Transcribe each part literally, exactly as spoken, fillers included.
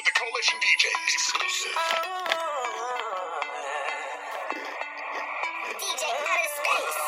Coalition D J exclusive. D J Outer Space.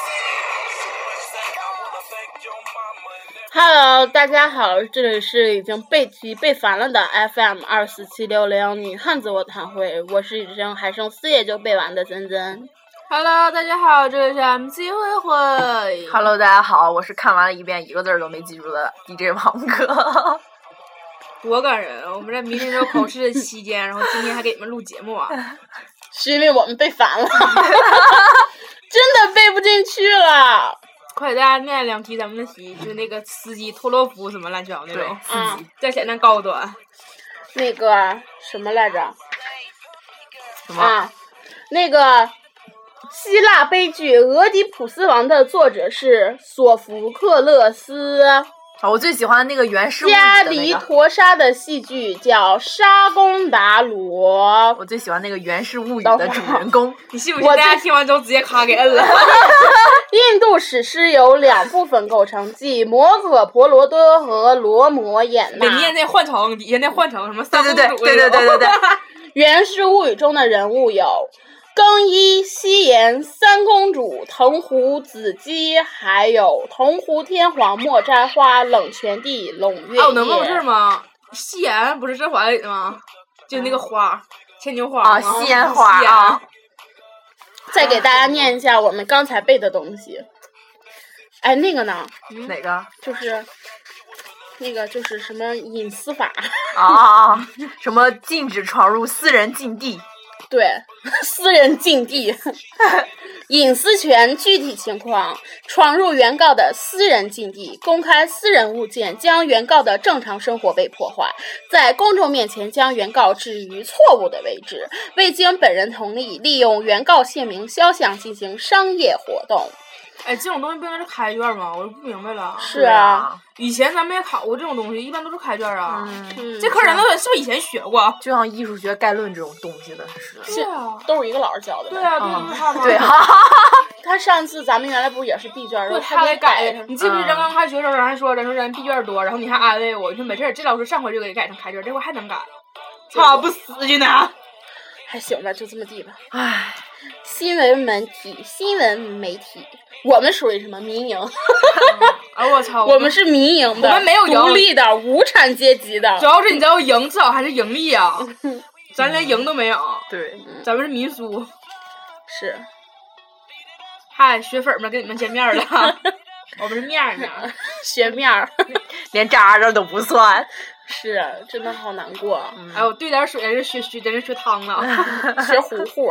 Hello， 大家好，这里是已经被提被烦了的 F M 二四七六零女汉子卧谈会，我是已经还剩四页就背完的珍珍。 Hello， 大家好，这里是 M C 慧慧。 Hello， 大家好，我是看完了一遍一个字儿都没记住的 D J 王哥。 多感人！我们在明天就考试的期间，然后今天还给你们录节目啊， 是因为我们背烦了，真的背不进去了。 快给大家念两题咱们的题，就是那个司机托洛夫什么乱七八糟那种， 嗯， 再显得高端。 那个什么来着？ 什么？ 啊，那个希腊悲剧《俄狄浦斯王》的作者是索福克勒斯。 啊，我最喜欢那个原始物语的加那个。 里陀沙的戏剧叫《沙贡达罗》。 我最喜欢那个原始物语的主人公。 你信不信？大家听完之后直接咔给摁了。 印度史诗由两部分构成，即《摩诃婆罗多》和《罗摩衍那》。 得念那换乘，底下那换乘什么三公主对对对对对对对。 源氏物语中的人物有更衣、西颜、三公主、藤壶、子姬，还有铜壶天皇、莫摘花、冷泉帝、胧月夜。 啊，我能问个事儿吗？西颜不是甄嬛里的吗？就那个花，牵牛花啊，西颜花啊。 再给大家念一下我们刚才背的东西。哎，那个呢？ 嗯、哪个？ 就是那个，就是什么隐私法啊？什么禁止闯入私人禁地？ 对，私人禁地，隐私权具体情况：闯入原告的私人禁地，公开私人物件，将原告的正常生活被破坏，在公众面前将原告置于错误的位置，未经本人同意，利用原告姓名、肖像进行商业活动。 哎，这种东西不应该是开卷吗？我就不明白了。 是啊， 以前咱们也考过这种东西，一般都是开卷啊。 嗯， 这课咱们是不是以前学过？ 就像艺术学概论这种东西的是。 是啊，都是一个老师教的。 对啊，对对他吗？ 对啊。 他上次咱们原来不是也是 B 卷， 对，他给改的。你记不记得咱刚开学的时候，咱还说咱说咱 B 卷多，然后你还安慰我，你说没事，这老师上回就给改成开卷，这回还能改。他不死去呢。 还行吧，就这么地吧。 唉， 新闻媒体，新闻媒体。我们属于什么民营？ 啊我操！ 我们是民营的， 我们没有独立的无产阶级的。 主要是你知道赢，至少还是盈利啊，咱连赢都没有。 对， 咱们是民苏。 是。 嗨，学粉们跟你们见面了，我们是面面， 学面儿， 连渣渣都不算。 是，真的好难过。 嗯、哎，我兑点水，人家学学，人家学汤了， 学糊糊。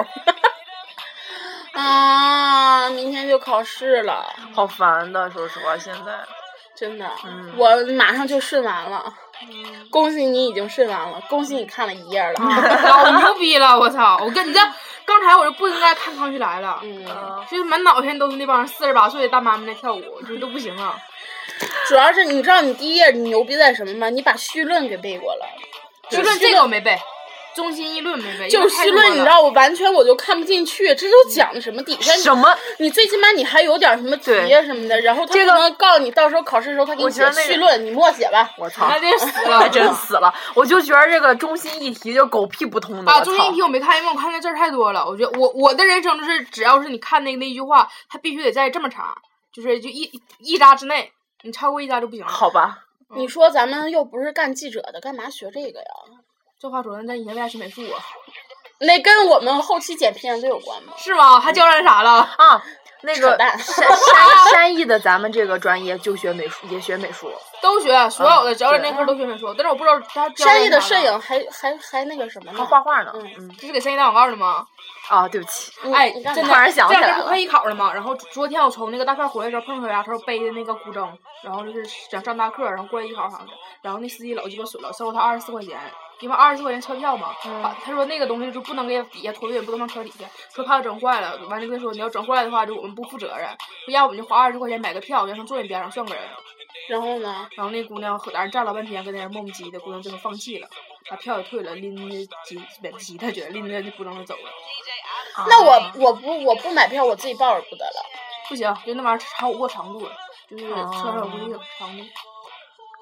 啊，明天就考试了， 好烦的，说实话，现在真的， 嗯、 我马上就顺完了，嗯、恭喜你已经顺完了，恭喜你看了一页了， 老牛逼了，我操！我跟你这刚才我就不应该看《康熙来了》，嗯，就是满脑袋都是那帮四十八岁的大妈们在跳舞，就是都不行啊。 主要是你知道你第一页你牛逼在什么吗？你把绪论给背过了， 绪论这个我没背。中心议论没背， 就是绪论，你知道我完全我就看不进去，这都讲的什么底下什么？ 你最起码你还有点什么题啊什么的，然后他可能告诉你到时候考试的时候他给你写绪论，你默写吧。 我操， 那真死了， 还真死了！我就觉得这个中心议题就狗屁不通的。 啊，中心议题我没看，因为我看那字儿太多了。我觉得我我的人生就是，只要是你看那那句话，它必须得在这么长，就是就一一扎之内，你超过一扎就不行了。 好吧， 嗯、你说咱们又不是干记者的，干嘛学这个呀？ 这话说的，咱以前为啥学美术啊？ 那跟我们后期剪片子有关吗？ 是吗？还教人啥了？ 啊，那个山山山艺的咱们这个专业就学美术，也学美术， 都学，所有的只要是那科都学美术，但是我不知道他教山艺的摄影还还还那个什么呢？ 还画画呢。 嗯嗯， 这是给山艺打广告的吗？ 啊，对不起。 哎，真的， 突然想起来了。 这样快艺考了嘛？然后昨天我从那个大课回来的时候，碰到小丫头背的那个古筝，然后就是想上大课，然后过来艺考好像是，然后那司机老鸡巴损了，收他二十四块钱。因为二十四块钱车票嘛，嗯、他说那个东西就不能给底下托运，不能放车底下，说怕整坏了。完了就跟他说你要整坏的话，就我们不负责任，要我们就花二十块钱买个票，让他坐你边上算个人。 然后呢？ 然后那姑娘和咱站老半天，跟那人磨磨唧的，姑娘最后放弃了，把票也退了，拎着吉本吉他觉得拎着那姑娘就走了。 啊、那我我不我不买票，我自己抱着不得了？ 不行，就那玩意儿超过长度了，就是车上有规定长度。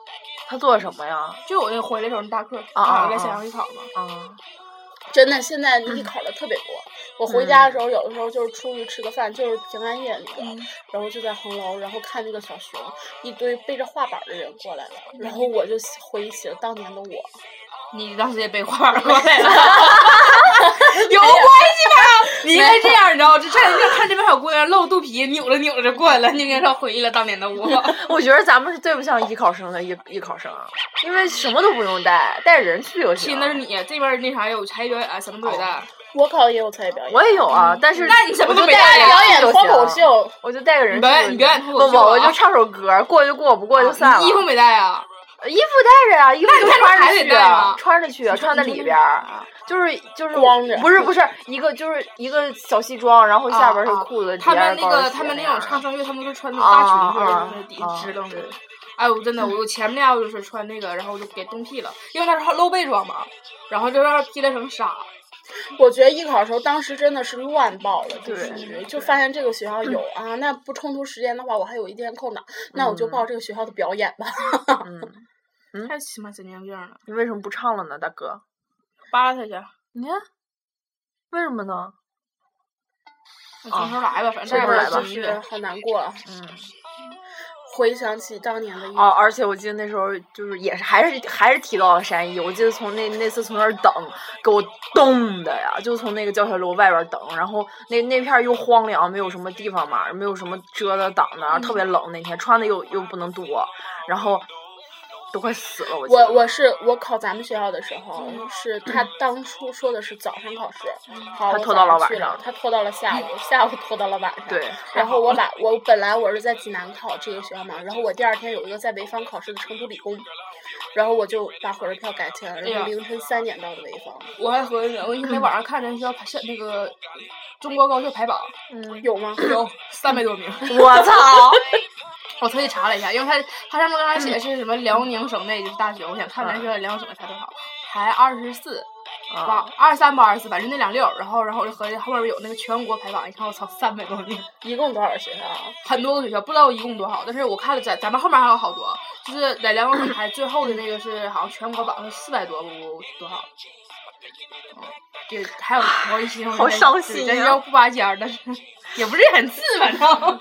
他做什么呀？ 就我那个回来时候那大课， 啊啊在沈阳艺考嘛。 啊。 真的，现在艺考的特别多。我回家的时候，有的时候就是出去吃个饭，就是平安夜那个， 嗯、 然后就在红楼，然后看那个小熊，一堆背着画板的人过来了，然后我就回忆起了当年的我。 你当时也背画板过来了，有关系吗？你应该这样，你知道，就看看这边小姑娘露肚皮，扭着扭着就过来了，你应该说回忆了当年的我。 我觉得咱们是最不像艺考生的艺艺考生，因为什么都不用带，带人去就行。 亲，那是你这边那啥有才艺表演，什么都得带。 我考也有才艺表演， 我也有啊，但是那你什么都没带表演脱口秀， 我就带个人去。 表演你表演脱口秀， 不不，我就唱首歌，过就过，不过就算了。 衣服没带啊？ 衣服带着呀，衣服就穿着去啊， 穿着去，穿在里边儿，就是就是光着， 不是不是一个就是一个小西装，然后下边是裤子。 他们那个他们那种唱声乐，他们都穿那种大裙子，然后底下支棱的。哎，我真的，我前面俩我就是穿那个，然后我就给冻屁了，因为他是露背装嘛，然后就让他披了成纱。 我觉得艺考的时候，当时真的是乱报了，就对， 就发现这个学校有啊，那不冲突时间的话，我还有一天空档，那我就报这个学校的表演吧。 嗯。嗯， 太他妈神经病了！ 你为什么不唱了呢，大哥？ 扒拉他去。 你看，为什么呢？ 从头来吧，反正这边就是好难过。 嗯。 回想起当年的哦，而且我记得那时候就是也是还是还是提到了山艺，我记得从那那次从那儿等，给我冻的呀，就从那个教学楼外边等，然后那那片又荒凉，没有什么地方嘛，没有什么遮的挡的，然后特别冷，那天穿的又又不能多，然后。都快死了，我我我是我考咱们学校的时候，嗯、是他当初说的是早上考试，好， 他拖到了晚上，他拖到了下午，下午拖到了晚上。 对。 然后我把我本来我是在济南考这个学校嘛，然后我第二天有一个在潍坊考试的成都理工，然后我就把火车票改签了，然后凌晨三点到的潍坊。 我还合计，我今天晚上看人学校排那个中国高校排榜， 嗯，有吗？ 有三百多名。 我操！ 我特意查了一下，因为他他上面刚才写的是什么辽宁省内就是大学，我想看咱学校辽宁省内排多少，排二十四，吧，二十三吧二十四，反正那两六，然后然后我就合计后面有那个全国排榜，一看我操，三百多名， 一共多少学校？ 很多个学校，不知道一共多少，但是我看了咱咱们后面还有好多，就是在辽宁省排最后的那个是好像全国榜是四百多不多少。对，还有毛一新， 好伤心呀！要不拔尖儿，但是也不是很次，反正。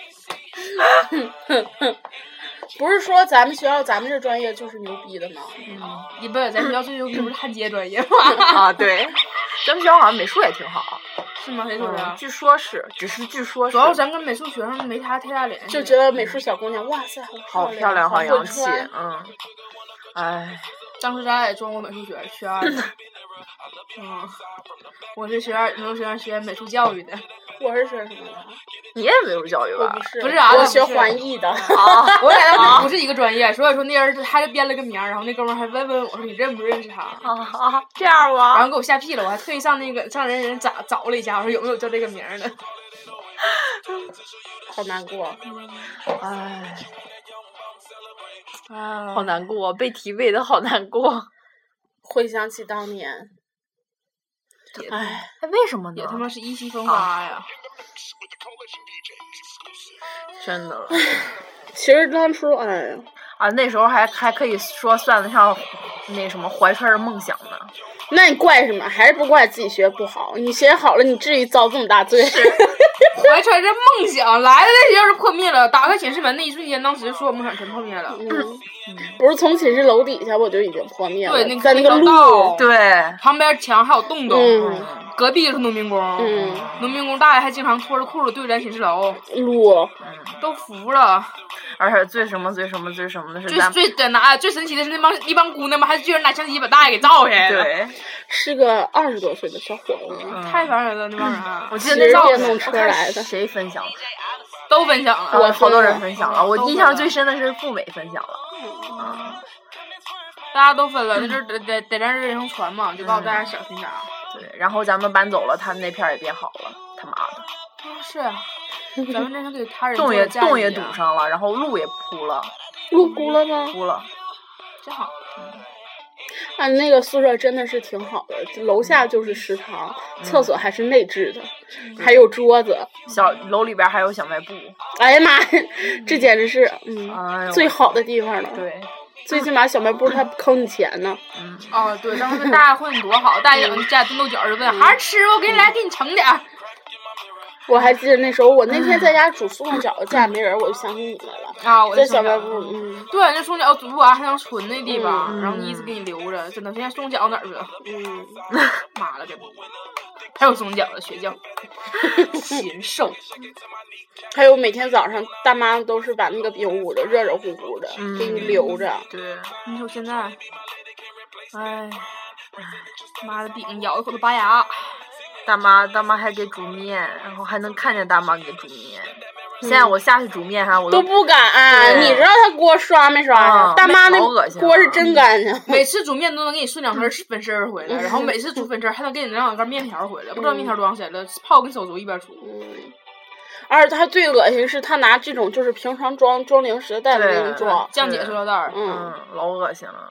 不是说咱们学校咱们这专业就是牛逼的吗？ 嗯，你不，咱学校最牛逼不是焊接专业吗？ 啊，对，咱们学校好像美术也挺好。 是吗？谁说的？ 据说是，只是据说是。 主要咱跟美术学生没啥太大联系。 就觉得美术小姑娘，哇塞， 好漂亮，好洋气，嗯。哎。 当时咱俩也装过美术学学二的。嗯，我是学二美术学院学美术教育的。 我是学什么的？ 你也美术教育吧？ 我不是， 不是啊， 我学环艺的。 啊，我俩当时不是一个专业，所以说那人他就编了个名儿，然后那哥们儿还问问我说你认不认识他？ 啊，这样吗？ 然后给我吓屁了，我还特意上那个上人人找找了一下，我说有没有叫这个名儿的？ 好难过， 唉， 啊， 好难过，被提背的好难过。 回想起当年。唉， 为什么呢？ 也他妈是意气风发呀！ 真的。 其实当初，哎啊，那时候还还可以说算得上那什么怀揣着梦想呢。 那你怪什么？还是不怪自己学不好？你学好了，你至于遭这么大罪？ 怀揣着梦想来了，那学校是破灭了。打开寝室门那一瞬间，当时说我梦想全破灭了。 嗯，不是从寝室楼底下我就已经破灭了。 对，那在那个路， 对， 旁边墙还有洞洞。 嗯， 隔壁就是农民工。 嗯， 农民工大爷还经常脱着裤子对着咱寝室楼。 路， 嗯， 都服了。 而且最什么最什么最什么的是最最真的啊！最神奇的是那帮一帮姑娘们，还居然拿相机把大爷给照下来了。对， 是个二十多岁的小伙子， 嗯、太烦人了那帮人。 我记得那电动车来的， 谁分享？ 都分享了， 我好多人分享了。我印象最深的是赴美分享了。 嗯， 大家都分了，那阵得得得让人上传嘛，就告诉大家想听啥。 对，然后咱们搬走了，他们那片也变好了，他妈的。 是啊。咱们这是给他人洞也洞也堵上了，然后路也铺了， 路铺了吗？ 铺了， 真好。 嗯， 啊，那个宿舍真的是挺好的，楼下就是食堂， 嗯、 厕所还是内置的，嗯、还有桌子， 小楼里边还有小卖部。 哎呀妈呀，这简直是嗯、 哎、 最好的地方了。 对， 最起码小卖部他坑你钱呢。 嗯。哦，对，当时大家混多好，大家家炖豆角就问还是吃，我给你来，给你盛点儿。 我还记得那时候，我那天在家煮松饺子，家没人，我就想起你来了。 啊，我在小卖部，嗯。 对，那松饺子煮不完还能存那地方， 嗯、 然后一直给你留着，真的。现在松饺哪儿去了？ 嗯。 妈了个逼！还有松饺子学校，禽兽。 还有每天早上，大妈都是把那个饼捂着，热热乎乎的， 嗯、 给你留着。 对，你说现在，哎，妈的饼咬一口都拔牙。 大妈，大妈还给煮面，然后还能看见大妈给煮面。现在我下去煮面哈，我都不敢、啊。你知道他锅刷没刷？ 嗯、 大妈那锅是真干净。 每次煮面都能给你顺两根粉丝儿回来，然后每次煮粉丝儿还能给你两根面条回来，不知道面条多长时间了，泡跟手足一边煮。 嗯。而且他最恶心是他拿这种就是平常装装零食的袋子给你装， 降解塑料袋儿， 嗯， 老恶心了。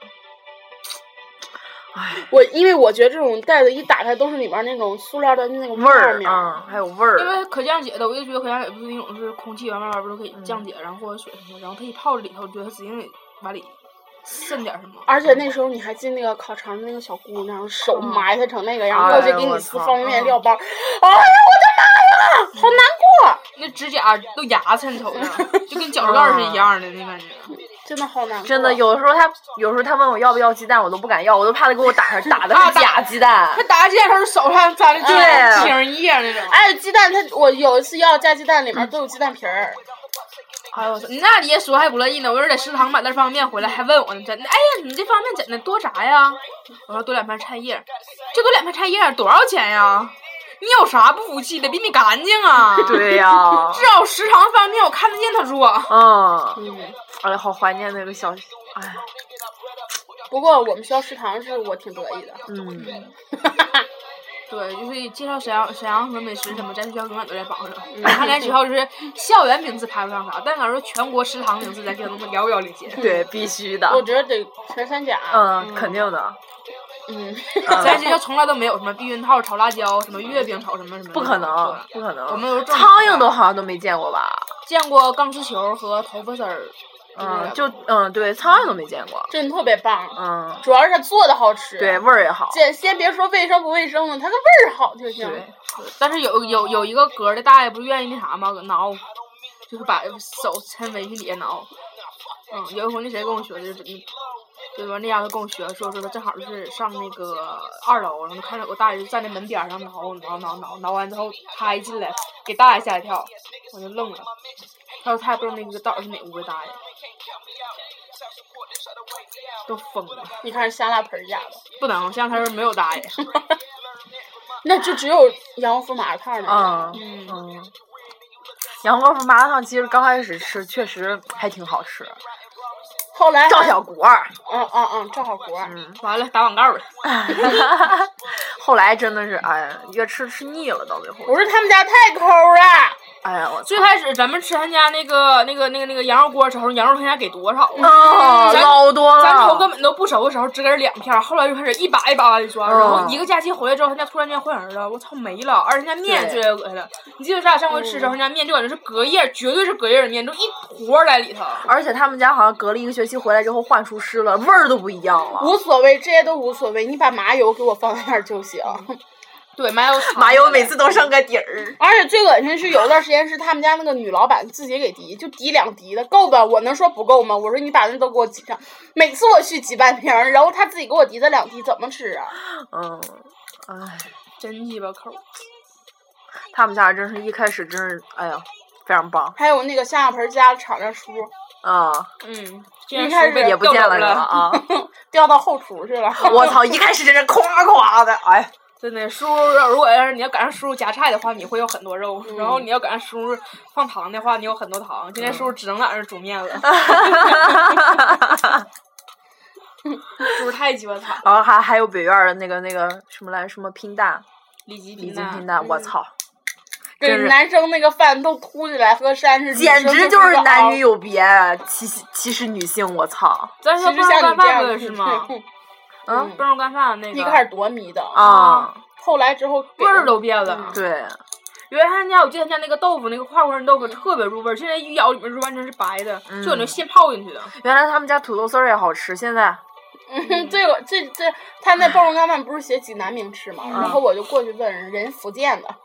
我因为我觉得这种袋子一打开都是里边那种塑料的那个味儿啊、 嗯，还有味儿。 因为可降解的，我就觉得可降解不是那种是空气完慢慢不是可以降解，嗯、然后或者水什么，然后它一泡里头，觉得它指定得往里渗点什么。 而且那时候你还进那个烤肠的那个小姑娘，手埋汰成那个样，然后过去给你撕方便面料包。哎呀，我的妈呀，好难过！ 那指甲都牙碜瞅着，就跟脚趾盖是一样的那感觉。 真的好难过。 真的，有的时候他有时候他问我要不要鸡蛋，我都不敢要，我都怕他给我打上打的是假鸡蛋。 他打鸡蛋时候手上沾的青一样那种。 哎，鸡蛋他我有一次要加鸡蛋，里面都有鸡蛋皮儿。 哎呦我操！那你也说还不乐意呢。我就是在食堂买袋方便面回来，还问我呢，真的。哎呀，你这方便面怎的多啥呀？我说多两片菜叶，这多两片菜叶多少钱呀？你有啥不服气的？比你干净啊！ 对呀、啊， 至少食堂方便面我看得见他做。 嗯嗯，哎呀，好怀念那个小，哎。 不过我们学校食堂是我挺得意的。 嗯。 对，就是介绍沈阳沈阳和美食什么，在学校永远都在榜上。嗯、他连学校就是校园名字排不上啥，但敢说全国食堂名字在学校都遥遥领先。 对，必须的。 我觉得得全三甲。 嗯，肯定的。 嗯， 咱学校从来都没有什么避孕套炒辣椒，什么月饼炒什么什么。 不可能，不可能。 我们都是苍蝇都好像都没见过吧？ 见过钢丝球和头发丝儿。 嗯，就嗯对，苍蝇都没见过。 真特别棒。 嗯， 主要是它做的好吃。 对，味儿也好。 先先别说卫生不卫生了，它的味儿好就行。 对。但是有有有一个格的大爷不是愿意那啥吗？挠，就是把手抻围裙底下挠。嗯，有一回那谁跟我学的，就就说那丫头跟我学说说他正好就是上那个二楼，然后看到有个大爷就站在门边上挠挠挠挠挠完之后，他一进来给大爷吓一跳，我就愣了。他说他也不知道那个到底是哪屋的大爷，都疯了。 你看是香辣盆家的， 不能，香辣盆没有大爷， 那就只有杨国福麻辣烫呢。嗯嗯，杨国福麻辣烫其实刚开始吃确实还挺好吃。 后来赵小国儿， 嗯嗯嗯，赵小国儿， 嗯，完了打广告了。 后来真的是，哎呀，越吃吃腻了，到最后。 不是他们家太抠了。 哎呀，我最开始咱们吃他家那个那个那个那个羊肉锅的时候，羊肉他家给多少啊？ 哦，老多了。 咱头根本都不熟的时候，只给两片，后来就开始一把一把的抓，嗯、然后一个假期回来之后，他家突然间换人了，我操没了，而且他家面最恶心了。你记得咱俩上回吃的时候，他家面就感觉是隔夜，绝对是隔夜的面，都一坨在里头。 而且他们家好像隔了一个学期回来之后换厨师了，味儿都不一样了。 无所谓，这些都无所谓，你把麻油给我放在那儿就行。 对，麻油麻油每次都剩个底儿。 而且最恶心是有段时间是他们家那个女老板自己给滴，就滴两滴的，够吧？我能说不够吗？我说你把那都给我挤上。每次我去挤半瓶，然后他自己给我滴的两滴，怎么吃啊？ 嗯，哎， 真鸡巴抠。 他们家真是一开始真是，哎呀，非常棒。 还有那个香辣盆家的炒料书。 啊， 嗯， 一开始也不见了是吧？啊， 掉到后厨去了。 我操！一开始真是夸夸的，哎。 真的，叔如果要是你要赶上叔叔夹菜的话，你会有很多肉；嗯、然后你要赶上叔叔放糖的话，你有很多糖。今天叔叔只能在那煮面了，叔叔太鸡巴惨。 然后还还有北院的那个那个什么来什么拼蛋， 里脊里脊拼蛋，我操！ 给男生那个饭都凸起来和山是， 简直就是男女有别，歧歧视女性，我操！ 咱说像你这样的是吗？ 嗯， 笨肉干饭那个一开始多迷的啊， 后来之后味儿都变了。 对， 原来他家我记得他家那个豆腐，那个块块豆腐特别入味儿，现在一咬里面是完全是白的， 嗯、 就感觉现泡进去的。 原来他们家土豆丝儿也好吃，现在。 嗯，这个这这，他那报上看不是写济南名吃吗？ 嗯、 然后我就过去问人，人福建的，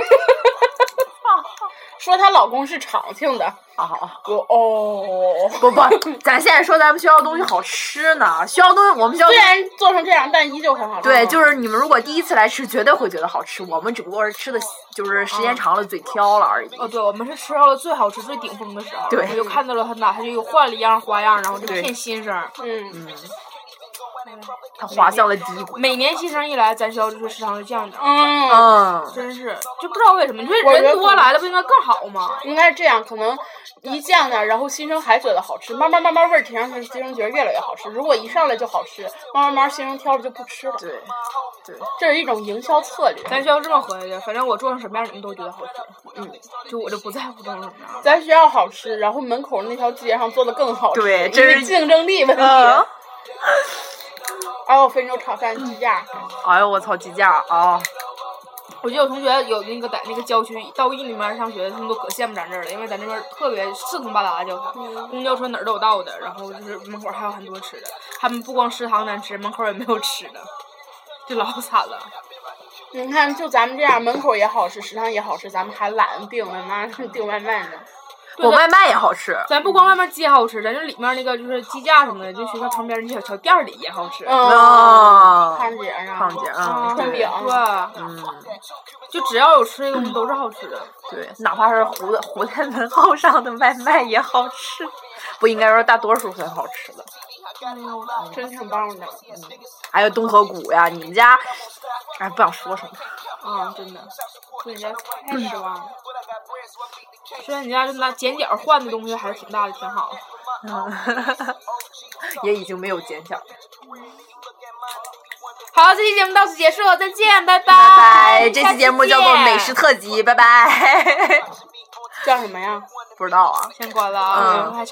说她老公是长庆的。 啊， 我哦， 不不，咱现在说咱们学校东西好吃呢，学校东西我们学校虽然做成这样，但依旧很好吃。 对，就是你们如果第一次来吃，绝对会觉得好吃。我们只不过是吃的，就是时间长了嘴挑了而已。 哦，对，我们是吃到了最好吃、最顶峰的时候， 对， 我就看到了他哪，他就又换了一样花样，然后就骗新生。 嗯嗯。他滑向了低谷。 每年新生一来，咱学校就是食堂就降着。 嗯嗯， 真是就不知道为什么，你说人多来了不应该更好吗？ 应该是这样，可能一降呢，然后新生还觉得好吃，慢慢慢慢味儿提上去，新生觉得越来越好吃。如果一上来就好吃，慢慢慢慢新生挑了就不吃了。 对，对， 这是一种营销策略。 咱学校这么回来的，反正我做成什么样你们都觉得好吃。嗯，就我就不在乎做成什么样。 咱学校好吃，然后门口那条街上做的更好吃。 对， 这是竞争力问题。 嗯还有非洲炒饭鸡架。 哎呦我操，鸡架啊！ 我记得我同学有那个在那个郊区到一里面上学，他们都可羡慕咱这儿了，因为咱这边特别四通八达的交通， 嗯、 公交车哪儿都有到的，然后就是门口还有很多吃的。他们不光食堂难吃，门口也没有吃的，就老惨了。 你看，就咱们这样，门口也好吃，食堂也好吃，咱们还懒订外卖，订外卖呢。 我外卖也好吃， 咱不光外面鸡好吃，咱这里面那个就是鸡架什么的，就学校旁边那小小店里也好吃。 哦， 胖姐啊， 胖姐啊， 春饼， 对， 嗯， 就只要有吃的东西都是好吃的。 对，哪怕是糊在糊在门号上的外卖也好吃，不应该说大多数很好吃的。 嗯，真挺棒的。 嗯，还有东河谷呀，你们家，哎，不想说什么。 啊，真的，对人家太失望了。虽然你家就拿剪角换的东西还是挺大的，挺好。 嗯，也已经没有剪角了。 好，这期节目到此结束，再见，拜拜。 拜拜，这期节目叫做美食特辑，拜拜。 叫什么呀？ 不知道啊， 先关了啊。嗯